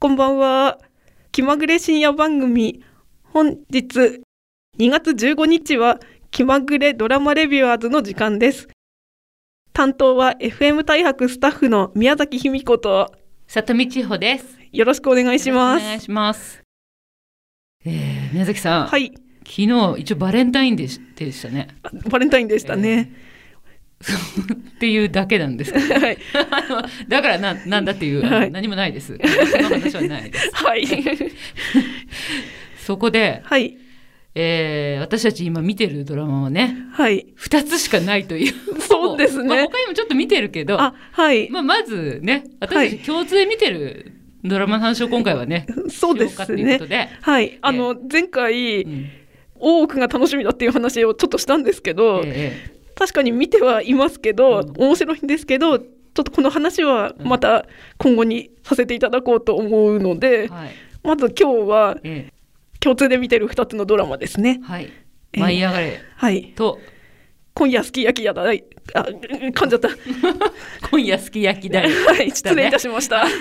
こんばんは。気まぐれ深夜番組、本日2月15日は気まぐれドラマレビュアーズの時間です。担当は FM 大白スタッフの宮崎卑美子と里見千穂です。 よろしくお願いします。 お願いします。宮崎さん、 はい、 昨日一応バレンタインでしたね。 バレンタインでしたね。 っていうだけなんですけど、はい、だからなんだっていう、はい、何もないです。その話はないです。 はい。 そこで、 はい、 私たち今見てるドラマはね、 はい、 2つしかないという。 そうですね。 他にもちょっと見てるけど、 はい、 まずね、私たち共通で見てるドラマの話を今回はね、 そうですね。 しようかということで、 はい、前回、大奥が楽しみだっていう話をちょっとしたんですけど、確かに見てはいますけど、面白いんですけど、ちょっとこの話はまた今後にさせていただこうと思うので、まず今日は共通で見てる2つのドラマですね。 はい。舞い上がれと、 今夜すき焼き屋だ。噛んじゃった。 今夜すき焼きだよ。 はい、失礼いたしました。はい。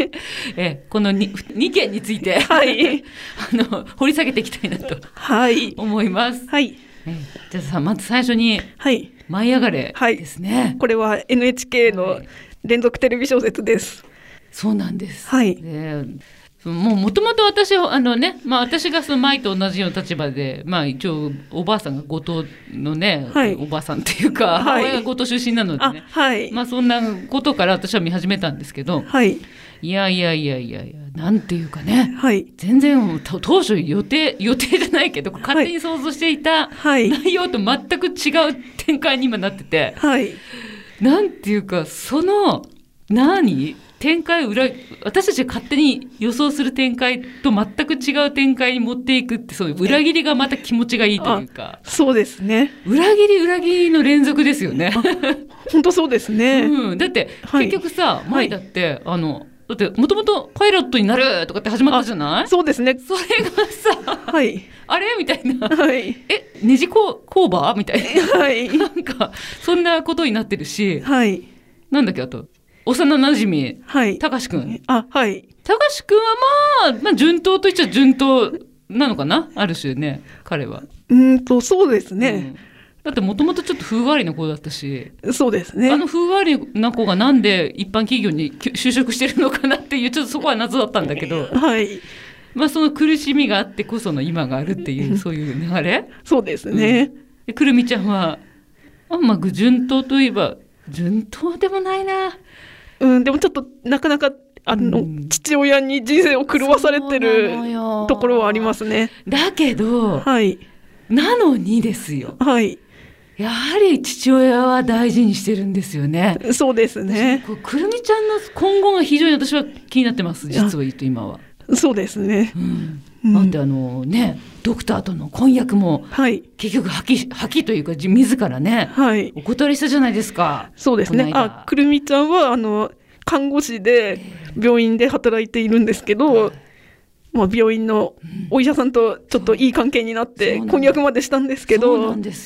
この 2件について、 はい、 掘り下げていきたいなと思います。 はい。 じゃあさ、まず最初に、舞い上がれですね。 はい、これは NHK の連続テレビ小説です。 そうなんです。 はい。 もともと私私がその舞と同じような立場で、一応おばあさんが五島のね、おばあさんっていうか、母親が五島出身なのでね、そんなことから私は見始めたんですけど、いやなんていうかね、全然当初予定じゃないけど勝手に想像していた内容と全く違う展開に今なってて、なんていうかその展開私たちが勝手に予想する展開と全く違う展開に持っていくって、そういう裏切りがまた気持ちがいいというか。 そうですね。 裏切りの連続ですよね。 本当そうですね。 だって結局さ、舞だってだってもともとパイロットになるとかって始まったじゃない？ そうですね。 それがさ、あれみたいな、ネジ工場みたいな、なんかそんなことになってるし、なんだっけ、あと幼なじみ、たかしくん。たかしくんは順当といっちゃ順当なのかな、ある種ね、彼は。 そうですね。 だってもともとちょっと風変わりな子だったし。 そうですね。 風変わりな子がなんで一般企業に就職してるのかなっていう、ちょっとそこは謎だったんだけど。その苦しみがあってこその今があるっていう、そういう流れ。 そうですね。 くるみちゃんは、順当といえば、順当でもないな。 でもちょっとなかなか父親に人生を狂わされてるところはありますね。 だけど、なのにですよ。やはり父親は大事にしてるんですよね。 そうですね。 くるみちゃんの今後が非常に私は気になってます、実は言うと今は。 そうですね。 だってドクターとの婚約も、結局破棄というか自らね、お断りしたじゃないですか。 そうですね。くるみちゃんは看護師で病院で働いているんですけど、病院のお医者さんとちょっといい関係になって婚約までしたんですけど。 そうなんです。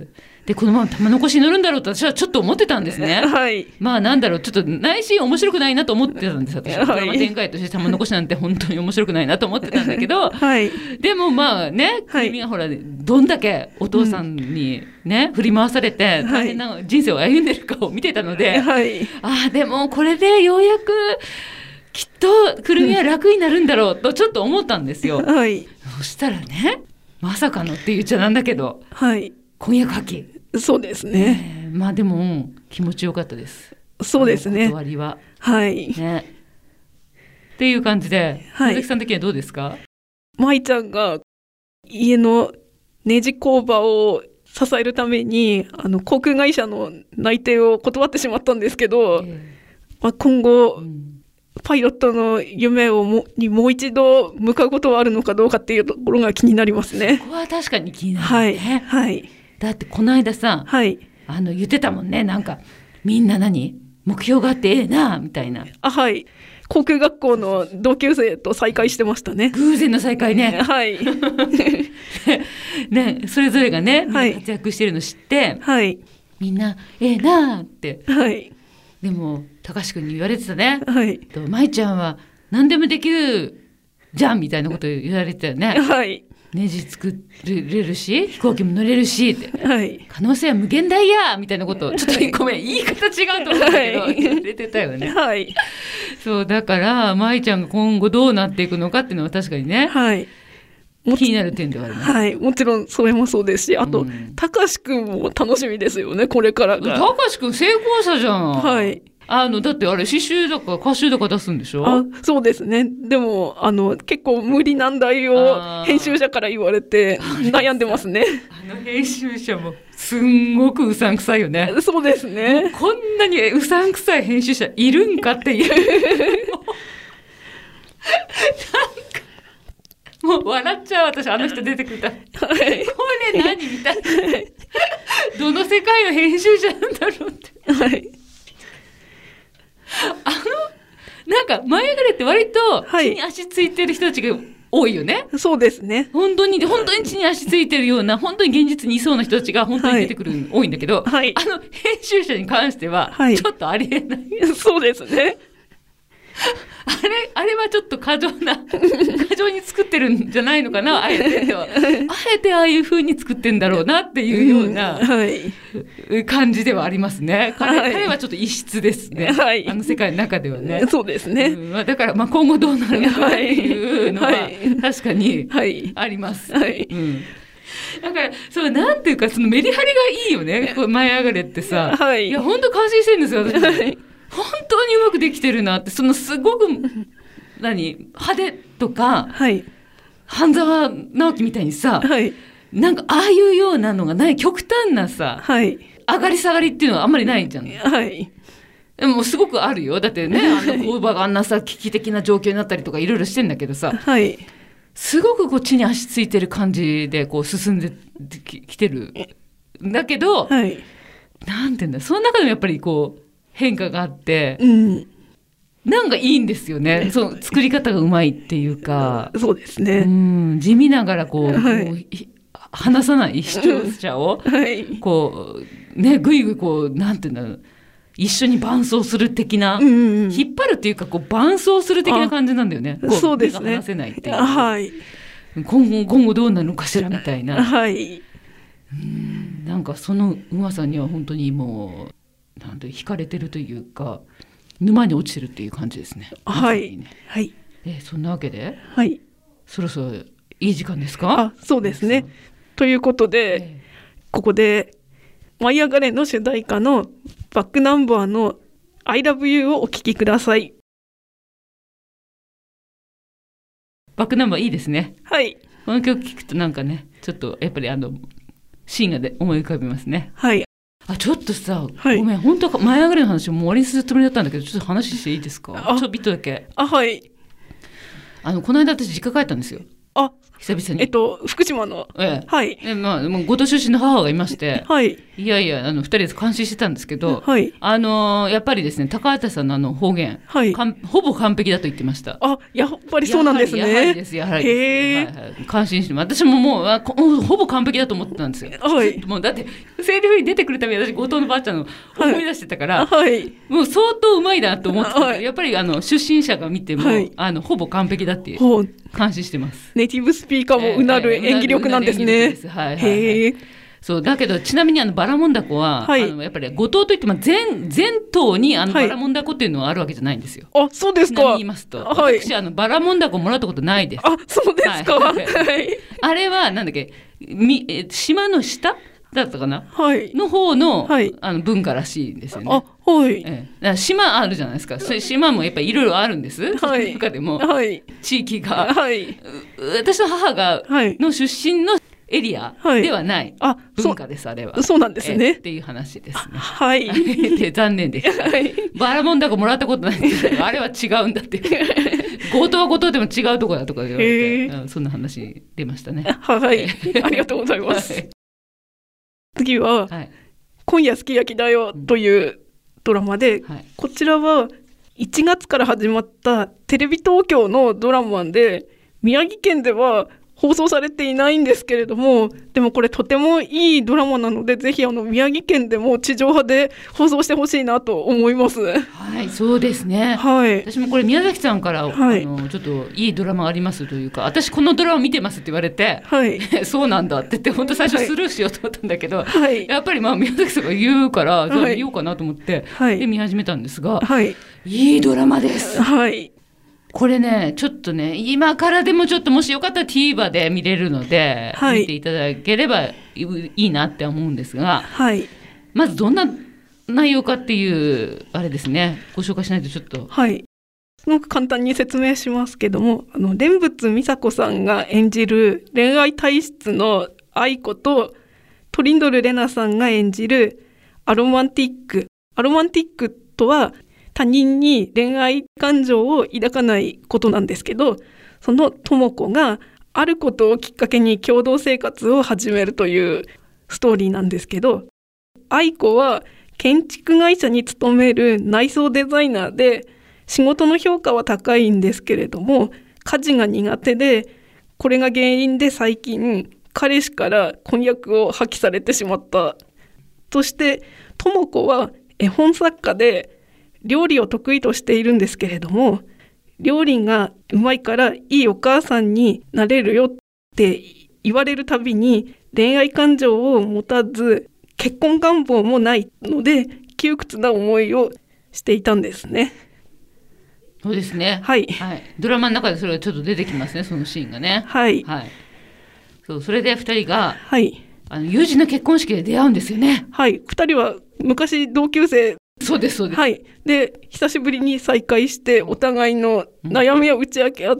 でこのまま玉残しに乗るんだろうと私はちょっと思ってたんですね。なんだろう、ちょっと内心面白くないなと思ってたんです、私は。ドラマ展開として玉残しなんて本当に面白くないなと思ってたんだけど、でもくるみがほら、どんだけお父さんにね、振り回されて大変な人生を歩んでるかを見てたので、でもこれでようやくきっとくるみは楽になるんだろうとちょっと思ったんですよ。そしたらね、まさかのって言っちゃなんだけど、婚約破棄。そうですね。でも気持ちよかったです。 そうですね。 断りは。っていう感じで、鈴木さん的にはどうですか？ 舞ちゃんが家のネジ工場を支えるために航空会社の内定を断ってしまったんですけど、今後、パイロットの夢にもう一度向かうことはあるのかどうかっていうところが気になりますね。 そこは確かに気になるね。だってこの間さ、言ってたもんね、なんかみんな目標があってなみたいな。 航空学校の同級生と再会してましたね。 偶然の再会ね。それぞれがね、活躍してるの知って、みんななって。でも高志くんに言われてたね。舞ちゃんは何でもできるじゃんみたいなこと言われてたよね。 はい。 ネジ作れるし飛行機も乗れるしって、 はい、 可能性は無限大やみたいなことをちょっとごめん言い方違うと思うんだけど、はい、言ってたよね。 はい、 そうだから舞ちゃんが今後どうなっていくのかっていうのは確かにね、 はい、 気になる点ではあります。 はい、もちろんそれもそうですし、あとたかしくんも楽しみですよね、これからが。 たかしくん成功者じゃん。 はい。 だってあれ詩集だか歌集だか出すんでしょ。 そうですね。でも結構無理難題を編集者から言われて悩んでますね。 編集者もすんごくうさんくさいよね。 そうですね。 こんなにうさんくさい編集者いるんかっていうもう笑っちゃう私、あの人出てくるた、はい、これ何みたいなどの世界の編集者なんだろうって、はい、なんか舞いあがれって割と地に足ついてる人たちが多いよね。 そうですね。 本当に地に足ついてるような本当に現実にいそうな人たちが本当に出てくる、多いんだけど、はい、編集者に関してはちょっとありえない、 はい、そうですね。 あれはちょっと過剰に作ってるんじゃないのかな、あえてああいう風に作ってんだろうなっていうような感じではありますね。彼はちょっと異質ですね、はい、あの世界の中ではね。 そうですね、 だから今後どうなるのかっていうのは確かにあります、はいはい、だからそうなんていうかそのメリハリがいいよね。舞いあがれってさ、はい、いや本当感心してるんですよ私、はい、本当にうまくできてるなって。そのすごく派手とか、はい、半沢直樹みたいにさ、はい、なんかああいうようなのがない極端なさ、はい、上がり下がりっていうのはあんまりないじゃん、はい、でもすごくあるよ。だってね、工場があんなさ危機的な状況になったりとかいろいろしてんだけどさ、はい、すごくこう地に足ついてる感じでこう進んできてるんだけど、はい、なんていうんだ、その中でもやっぱりこう変化があって、うん、なんかいいんですよね。その作り方がうまいっていうか、 そうですね、 地味ながらこう、はい、話さない視聴者を、はい、こうねぐいぐいこうなんていうんだろう、一緒に伴走する的な、引っ張るっていうかこう伴走する的な感じなんだよね。 そうですね。 話せないっていう、 はい、 今後どうなるのかしらみたいな、 はい、 なんかそのうまさには本当にもうなんで惹かれてるというか沼に落ちてるっていう感じですね。 はい、ね、はい、 そんなわけで、 はい、 そろそろいい時間ですか。 そうですね。ということで、ここで舞いあがれの主題歌のバックナンバーの I love you をお聴きください。 バックナンバーいいですね。 はい、 この曲聴くとなんかねちょっとやっぱりシーンが思い浮かびますね。 はい。 ちょっとさ、はい、ごめん本当は舞いあがれの話をもう終わりにするつもりだったんだけど、ちょっと話していいですか。ちょっとだけ。 はい。 この間私実家帰ったんですよ。久々に。 福島の。 はい。もう五島出身の母がいまして。はい。いやいや、2人で監視してたんですけど、はい。やっぱりですね、高畑さんの方言、はい。ほぼ完璧だと言ってました。 やっぱりそうなんですね。 やはりです。へー。感心して、私ももう、ほぼ完璧だと思ってたんですよ。はい。もうだって、セリフに出てくるたびに私、後藤のばあちゃんの思い出してたから、はい。もう相当うまいなと思ってた。やっぱり、出身者が見ても、ほぼ完璧だって感心してます。 ネイティブスピーカーもうなる演技力なんですね。 へえ。そうだけどちなみにバラモンダコは、はい、やっぱり後藤といっても全島にバラモンダコっていうのはあるわけじゃないんですよ。 そうですか。 ちなみに言いますと、はい、私バラモンダコもらったことないです。 そうですか。はい、 あれはなんだっけ、島の下だったかな、はい、の方の、はい、文化らしいんですよね。 はい。 だから島あるじゃないですか。島もやっぱりいろいろあるんです。はい、その中でも、はい、地域が、はい、私の母が、の出身のエリアではない文化です、あれは。 そうなんですね。 っていう話ですね。 はい。 で残念です。はい、バラモンダコもらったことないんですけど、あれは違うんだって。強盗は強盗でも違うとこだとか言われて、そんな話出ましたね。 はい。ありがとうございます。次は、今夜すき焼きだよというドラマで、こちらは1月から始まったテレビ東京のドラマで、宮城県では放送されていないんですけれども、でもこれとてもいいドラマなので、ぜひ宮城県でも地上波で放送してほしいなと思います。 はい、そうですね、はい、私もこれ宮崎さんから、はい、ちょっといいドラマありますというか、私このドラマ見てますって言われて、はい、そうなんだって言って本当最初スルーしようと思ったんだけど、はい、やっぱり宮崎さんが言うから、じゃあ見ようかなと思って、はい、で見始めたんですが、はい、いいドラマです。はい、これね、ちょっとね、今からでもちょっともしよかったら TVer で見れるので、はい、見ていただければいいなって思うんですが、はい、まずどんな内容かっていうあれですね、ご紹介しないとちょっと。 はい、すごく簡単に説明しますけども、蓮佛美沙子さんが演じる恋愛体質の愛子と、トリンドル玲奈さんが演じるアロマンティック。アロマンティックとは他人に恋愛感情を抱かないことなんですけど、その智子があることをきっかけに共同生活を始めるというストーリーなんですけど、愛子は建築会社に勤める内装デザイナーで、仕事の評価は高いんですけれども、家事が苦手で、これが原因で最近彼氏から婚約を破棄されてしまった。そして智子は絵本作家で料理を得意としているんですけれども、料理がうまいからいいお母さんになれるよって言われるたびに恋愛感情を持たず、結婚願望もないので窮屈な思いをしていたんですね。 そうですね、 はいはい、ドラマの中でそれがちょっと出てきますね、そのシーンがね。 はい、はい、 それで2人が、はい、友人の結婚式で出会うんですよね。 はい、2人は昔同級生。 そうですそうです、 はい、で久しぶりに再会してお互いの悩みを打ち明け合って、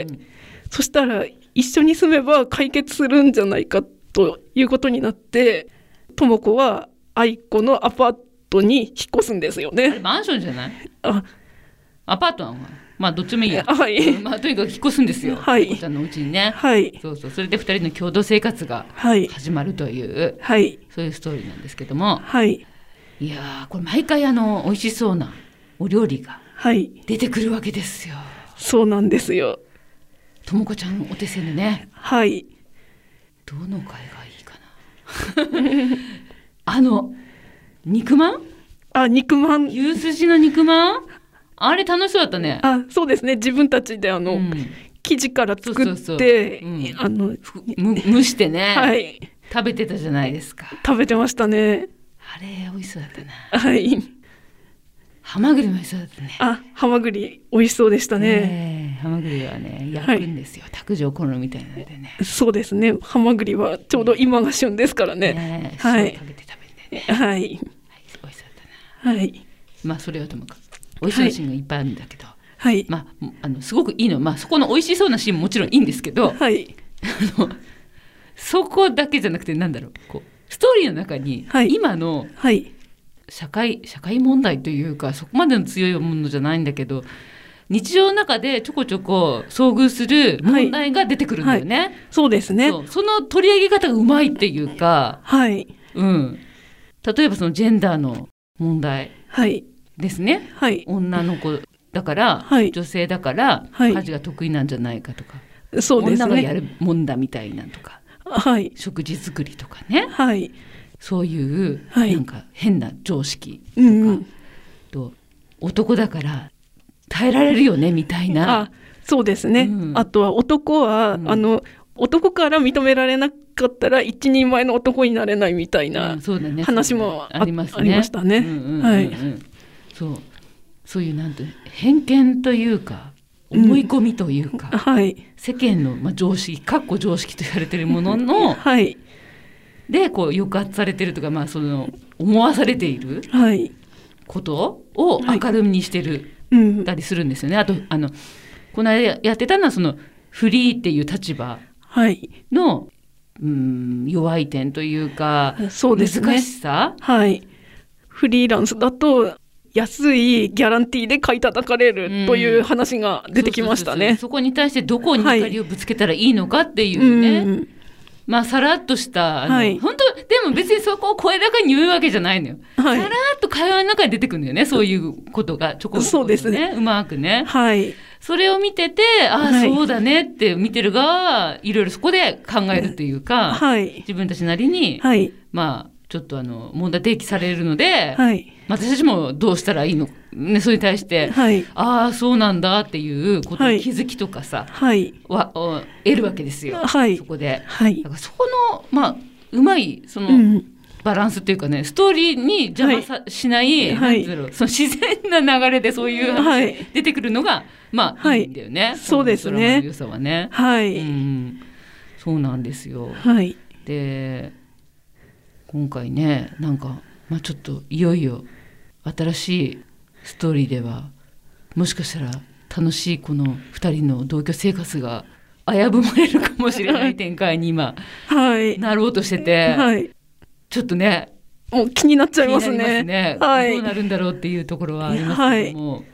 そしたら一緒に住めば解決するんじゃないかということになって、智子は愛子のアパートに引っ越すんですよね。 あれマンションじゃない？アパートはまあどっちもいいや、 はい、 まあ、とにかく引っ越すんですよ、はい、お子ちゃんのうちにね、はい、それで2人の共同生活が始まるという、はい、そういうストーリーなんですけども、はい、いやこれ毎回美味しそうなお料理が出てくるわけですよ。 そうなんですよ。 智子ちゃんお手製でね、 はい、 どの回がいいかな肉まん、 肉まん、 牛すじの肉まん、あれ楽しそうだったね。 そうですね、自分たちで生地から作って蒸してね、 はい、 食べてたじゃないですか。 食べてましたね。 あれ美味しそうだったな。 はい。 ハマグリも美味しそうだったね。 ハマグリ美味しそうでしたね。 ハマグリはね焼くんですよ、卓上コンロみたいなのでね。 そうですね、ハマグリはちょうど今が旬ですからね。 はい、塩かけて食べてね。 はい、 美味しそうだったな。はい。まあそれはともかく美味しそうなシーンがいっぱいあるんだけど、 はい、 まあすごくいいの、そこの美味しそうなシーンももちろんいいんですけど、 はい、 そこだけじゃなくて、ストーリーの中に、今の社会問題というか、そこまでの強いものじゃないんだけど、日常の中でちょこちょこ遭遇する問題が出てくるんだよね。 そうですね。 その取り上げ方がうまいっていうか、 はい、 例えばそのジェンダーの問題ですね、はい、女の子だから、はい、女性だから、はい、家事が得意なんじゃないかとか、 そうですね、 女がやるもんだみたいなとか、 はい、 食事作りとかね、 はい、 そういう、なんか変な常識とか、と男だから耐えられるよねみたいな。 そうですね、あとは男は、男から認められなかったら一人前の男になれないみたいな話もありましたね。 そういうなんて偏見というか思い込みというか、 はい、 世間の、常識常識と言われているものの、はい、で抑圧されているとか、その思わされていることを明るみにしてる、たりするんですよね。あとこの間やってたのはそのフリーっていう立場の、弱い点というか、そうですね、難しさ、 はい、フリーランスだと安いギャランティーで買い叩かれるという話が出てきましたね。 そこに対してどこに怒りをぶつけたらいいのかっていうね、さらっとした本当でも別にそこを声高に言うわけじゃないのよ、さらっと会話の中に出てくるんだよね、そういうことがちょこちょこね、うまくね、 それを見てて、そうだねって見てる側はいろいろそこで考えるというか、自分たちなりに、まあちょっと問題提起されるので、私たちもどうしたらいいの、ね、それに対して、そうなんだっていうことの気づきとかさ、得るわけですよ、そこで。だからそこのまあうまいその、バランスっていうかね、ストーリーに邪魔しない、その自然な流れでそういう話が出てくるのが、まあいいんだよね。 そうですね。 ドラマの良さはね。そうなんですよ。で、今回ね、なんか、まあ、ちょっといよいよ新しいストーリーでは、もしかしたら楽しいこの2人の同居生活が危ぶまれるかもしれない展開に今、なろうとしてて。ちょっとね、 もう気になっちゃいますね。 どうなるんだろうっていうところはありますけども、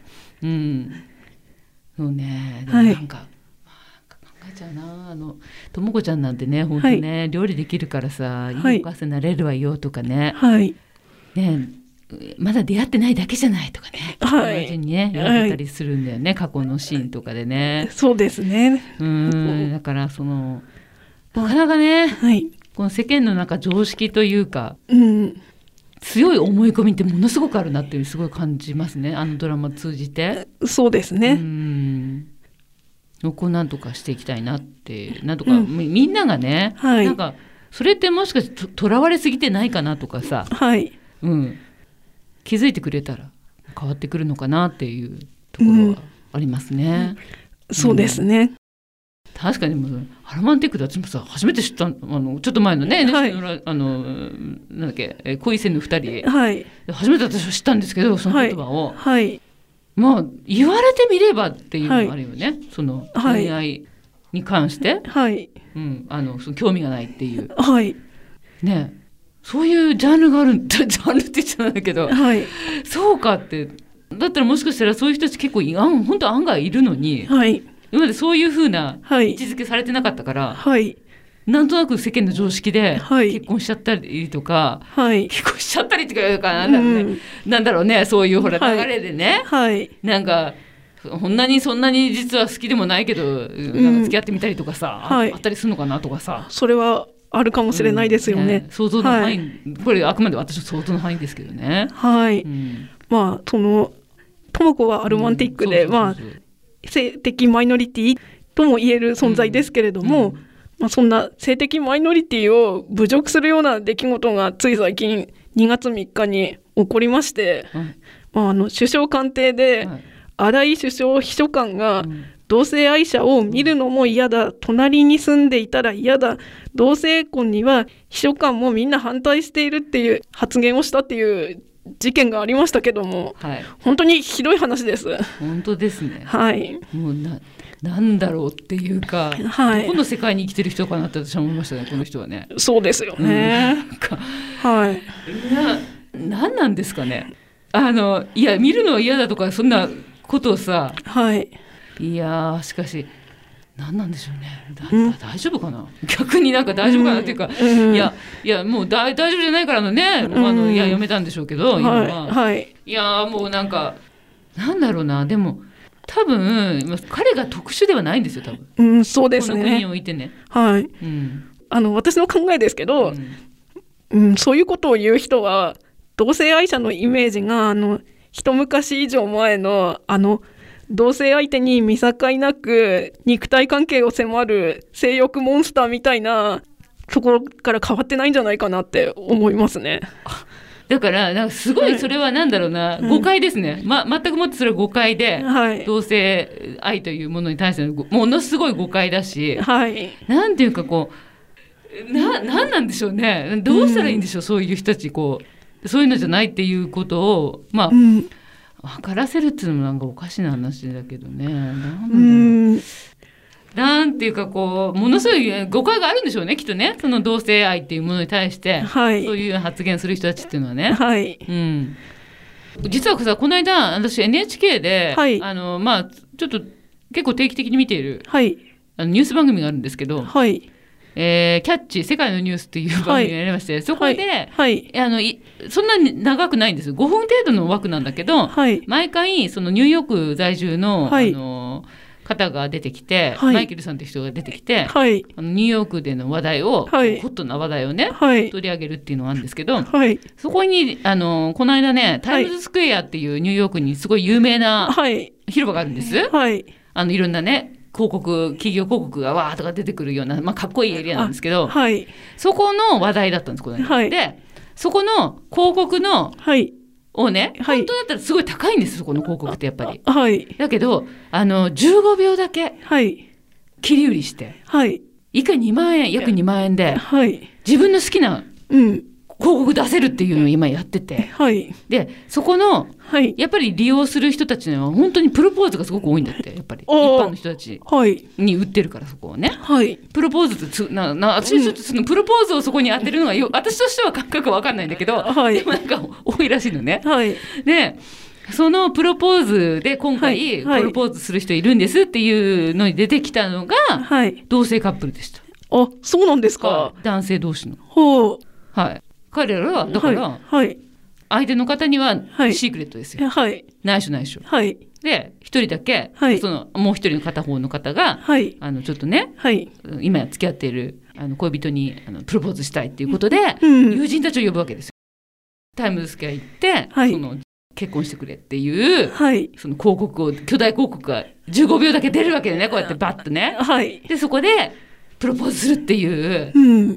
そうね、でもなんか、考えちゃうな、ともこちゃんなんてね、本当ね、料理できるからさ、いいお母さんになれるわよとかね、ね、まだ出会ってないだけじゃないとかね、同時にね、言われたりするんだよね、過去のシーンとかでね。 そうですね。 だからなかなかね、この世間の常識というか、強い思い込みってものすごくあるなっていうすごい感じますね、ドラマ通じて。 そうですね。 ここをなんとかしていきたいなって、なんとか、みんながね、なんかそれってもしかしてとらわれすぎてないかなとかさ、気づいてくれたら変わってくるのかなっていうところはありますね。 そうですね。 確かにアロマンティックで私もさ初めて知ったちょっと前のね、なんだっけ、恋せぬ2人、初めて私は知ったんですけど、その言葉を、まあ言われてみればっていうのもあるよね、その恋愛に関して、その興味がないっていう、ね、そういうジャンルがあるジャンルって言っちゃうんだけど、そうかって、だったらもしかしたらそういう人たち結構本当案外いるのに、今までそういう風な位置づけされてなかったから、なんとなく世間の常識で結婚しちゃったりとか、結婚しちゃったりとかなんだろうね、そういうほら流れでね、なんかそんなに実は好きでもないけど、なんか付き合ってみたりとかさ、あったりするのかなとかさ、 それはあるかもしれないですよね。 想像の範囲、これあくまで私の想像の範囲ですけどね。 まあともこはアロマンティックで、性的マイノリティとも言える存在ですけれども、そんな性的マイノリティを侮辱するような出来事がつい最近2月3日に起こりまして、首相官邸で荒井首相秘書官が、同性愛者を見るのも嫌だ、隣に住んでいたら嫌だ、同性婚には秘書官もみんな反対しているっていう発言をしたっていう事件がありましたけども、本当にひどい話です。 本当ですね。もうなんだろうっていうか、どこの世界に生きてる人かなって私は思いましたね、この人はね。そうですよね。なんなんですかね。いや見るのは嫌だとかそんなことをさ、いやしかし何なんでしょうね。大丈夫かな、逆になんか大丈夫かなっていうか、いやもう大丈夫じゃないからね、いややめたんでしょうけど、今は、いやもうなんかなんだろうな、でも多分彼が特殊ではないんですよ、多分。そうですね。この国においてね。 私の考えですけど、そういうことを言う人は同性愛者のイメージが一昔以上前の同性相手に見境なく肉体関係を迫る性欲モンスターみたいなところから変わってないんじゃないかなって思いますね。 だからなんかすごいそれはなんだろうな、誤解ですね。全くもってそれは誤解で、同性愛というものに対してのものすごい誤解だし、なんていうかこうなんなんでしょうね。どうしたらいいんでしょう、そういう人たちそういうのじゃないっていうことを分からせるっていうのもなんかおかしな話だけどね。なんていうかこうものすごい誤解があるんでしょうね、きっとね、その同性愛っていうものに対して、そういう発言する人たちっていうのはね。実はさ、この間私 NHK で、ちょっと結構定期的に見ている、ニュース番組があるんですけど、キャッチ世界のニュースっていう番組がありまして、そこで、そんなに長くないんです。5分程度の枠なんだけど、毎回そのニューヨーク在住の、 方が出てきて、マイケルさんという人が出てきて、ニューヨークでの話題を、ホットな話題をね、取り上げるっていうのがあるんですけど、そこにこの間ね、タイムズスクエアっていうニューヨークにすごい有名な広場があるんです。いろんなね、企業広告がわーとか出てくるような、かっこいいエリアなんですけど、そこの話題だったんです、この間。で、そこの広告の、をね、本当だったらすごい高いんです、そこの広告ってやっぱり。だけど、15秒だけ切り売りして、以下2万円、約2万円で、自分の好きな広告出せるっていうのを今やってて、で、そこの、やっぱり利用する人たちは本当にプロポーズがすごく多いんだって、やっぱり一般の人たちに売ってるから、そこをね、プロポーズって私ちょっとそのプロポーズをそこに当てるのが私としては感覚わかんないんだけど、でもなんか多いらしいのね。でそのプロポーズで今回プロポーズする人いるんですっていうのに出てきたのが同性カップルでした。 あ、そうなんですか。 男性同士の。彼らはだから、相手の方にはシークレットですよ。内緒。で、一人だけ、もう一人の片方の方が、ちょっとね、今付き合っている恋人にプロポーズしたいっていうことで、友人たちを呼ぶわけですよ。タイムズスクエア行って、結婚してくれっていう、その広告を、巨大広告が15秒だけ出るわけでね、こうやってバッとね。で、そこでプロポーズするっていう、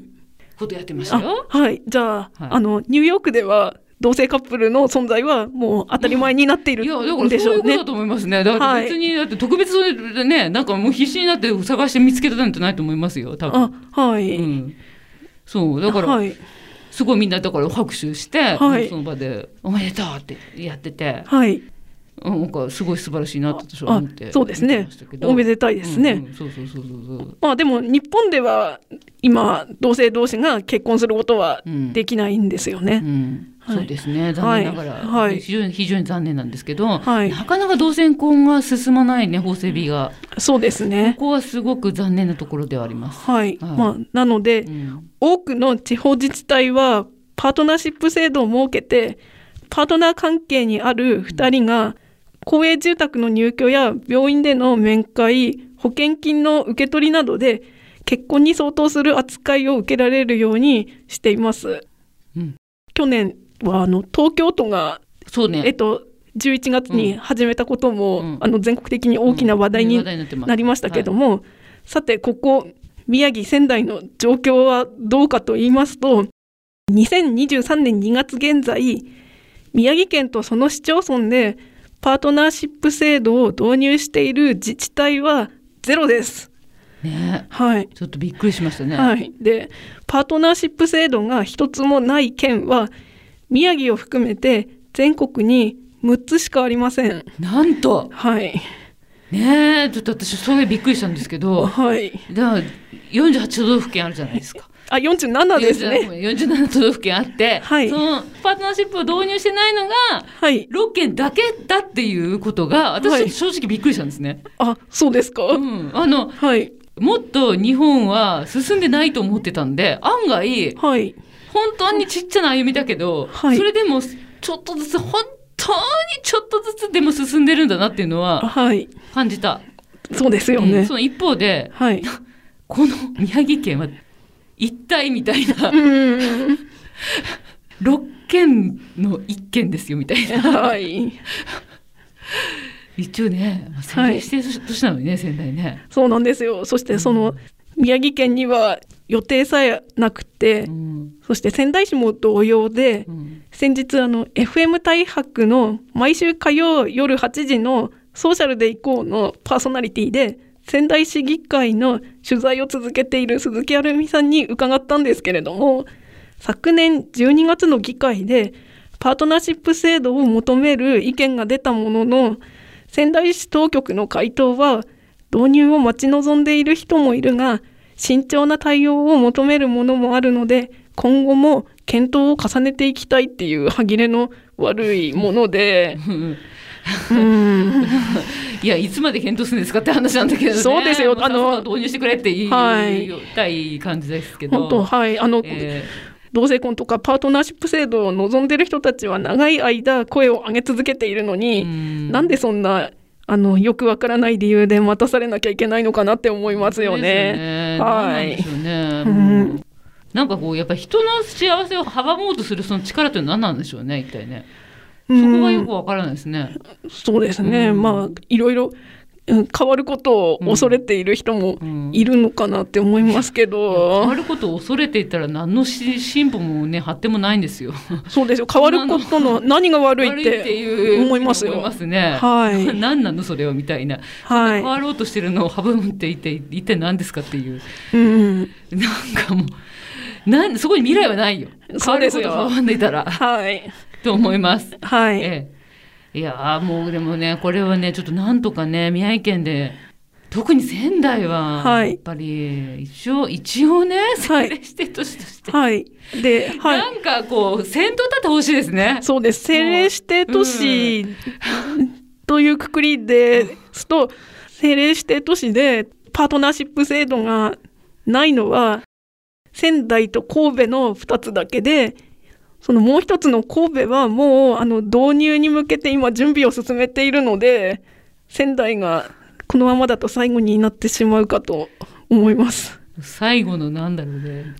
ことやってましたよ。 じゃあ、ニューヨークでは同性カップルの存在はもう当たり前になっているんでしょうね。 いや、だからそういうことだと思いますね。だから別に、だって特別それでね、なんかもう必死になって探して見つけたなんてないと思いますよ、多分。そう、だから、すごいみんなだから拍手して、その場でおめでとうってやってて。なんかすごい素晴らしいなと私は思ってそうですね。おめでたいですね。でも日本では今同性同士が結婚することはできないんですよね。 そうですね。残念ながら、非常に残念なんですけど、なかなか同性婚が進まないね、法整備が。 そうですね。 ここはすごく残念なところではあります。 なので、多くの地方自治体はパートナーシップ制度を設けて、パートナー関係にある2人が公営住宅の入居や病院での面会、保険金の受け取りなどで結婚に相当する扱いを受けられるようにしています。去年は東京都が、11月に始めたことも、全国的に大きな話題になりましたけども、さてここ宮城仙台の状況はどうかと言いますと、2023年2月現在、宮城県とその市町村でパートナーシップ制度を導入している自治体はゼロです。 ちょっとびっくりしましたね。 で、パートナーシップ制度が一つもない県は宮城を含めて全国に6つしかありません。 なんと。ちょっと私それびっくりしたんですけど、だから48都道府県あるじゃないですか。 47ですね。 47都道府県あって、そのパートナーシップを導入してないのが6県だけだっていうことが私正直びっくりしたんですね。 そうですか。 もっと日本は進んでないと思ってたんで、案外、本当にちっちゃな歩みだけど、それでもちょっとずつ、本当にちょっとずつでも進んでるんだなっていうのは感じた。 そうですよね。 その一方で、この宮城県は一体みたいな6県の1県ですよみたいな、一応ね、政令指定都市なのにね、仙台ね。 そうなんですよ。そしてその宮城県には予定さえなくて、そして仙台市も同様で、先日FM 大白の毎週火曜夜8時のソーシャルで行こうのパーソナリティで仙台市議会の取材を続けている鈴木アルミさんに伺ったんですけれども、昨年12月の議会でパートナーシップ制度を求める意見が出たものの、仙台市当局の回答は、導入を待ち望んでいる人もいるが慎重な対応を求めるものもあるので、今後も検討を重ねていきたいっていう歯切れの悪いものでいや、いつまで検討するんですかって話なんだけどね。 そうですよ。 導入してくれって言いたい感じですけど、 本当、同性婚とかパートナーシップ制度を望んでいる人たちは長い間声を上げ続けているのに、なんでそんなよくわからない理由で待たされなきゃいけないのかなって思いますよね。はい。 なんかこうやっぱり人の幸せを阻もうとするその力って何なんでしょうね、一体ね。そこがよくわからないですね。 そうですね。まあいろいろ変わることを恐れている人もいるのかなって思いますけど、 変わることを恐れていたら何の進歩もね発展もないんですよ。 そうですよ。変わることの何が悪いって思いますよ。 思いますね。 はい。 何なのそれはみたいな。はい。変わろうとしてるのを阻むって一体何ですかっていう。なんかもうそこに未来はないよ。変わることを阻んでいたら。はい。と思います。 はい。 いやもうでもねこれはねちょっとなんとかね宮城県で特に仙台はやっぱり一応ね政令指定都市として、 はいではい、 なんかこう先頭立ってほしいですね。 そうです。政令指定都市というくくりですと、政令指定都市でパートナーシップ制度がないのは仙台と神戸の2つだけで、そのもう一つの神戸はもう導入に向けて今準備を進めているので、仙台がこのままだと最後になってしまうかと思います。 最後のなんだろう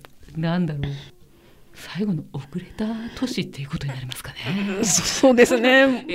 最後の遅れた都市っていうことになりますかね。 そうですね。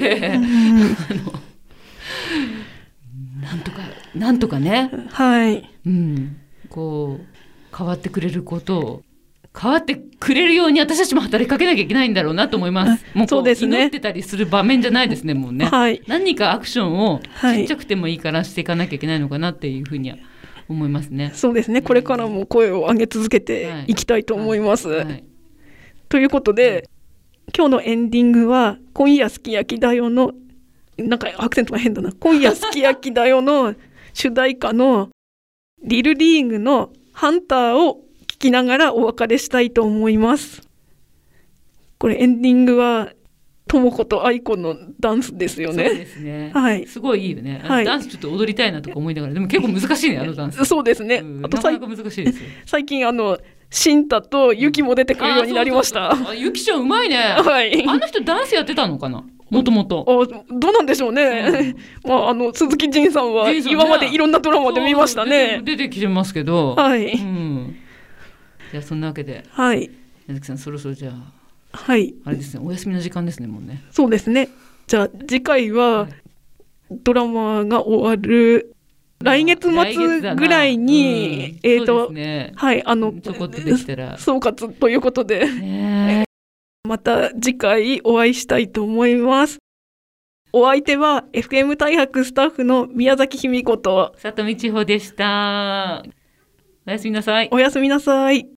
なんとかね、 はい、 こう変わってくれることを変わってくれるように私たちも働きかけなきゃいけないんだろうなと思います。もうこう祈ってたりする場面じゃないですね、もうね。はい、何かアクションをちっちゃくてもいいからしていかなきゃいけないのかなっていうふうには思いますね。 そうですね。これからも声を上げ続けていきたいと思います。ということで、今日のエンディングは今夜すき焼きだよのなんかアクセントが変だな。今夜すき焼きだよの主題歌のリルリーグのハンターを聞きながらお別れしたいと思います。これエンディングはともことあいこのダンスですよね。 そうですね。 はい。 すごいいいよね。ダンスちょっと踊りたいなとか思いながら、でも結構難しいね、ダンス。 そうですね。 あとなかなか難しいですよ。 最近シンタとユキも出てくるようになりました。 ユキちゃんうまいね。 はい。 あの人ダンスやってたのかな。もともと。 どうなんでしょうね。まあ鈴木仁さんは今までいろんなドラマで見ましたね。 出てきてますけど。 はい。 じゃあそんなわけで、 はい。 矢崎さんそろそろじゃあ、 はい。 あれですね、お休みの時間ですね、もうね。 そうですね。じゃあ次回はドラマが終わる来月末ぐらいに、 そうですね。 はい、 ちょこっとできたら総括ということで、また次回お会いしたいと思います。お相手は FM 大白スタッフの宮崎卑美子と里見千穂でした。おやすみなさい。 おやすみなさい。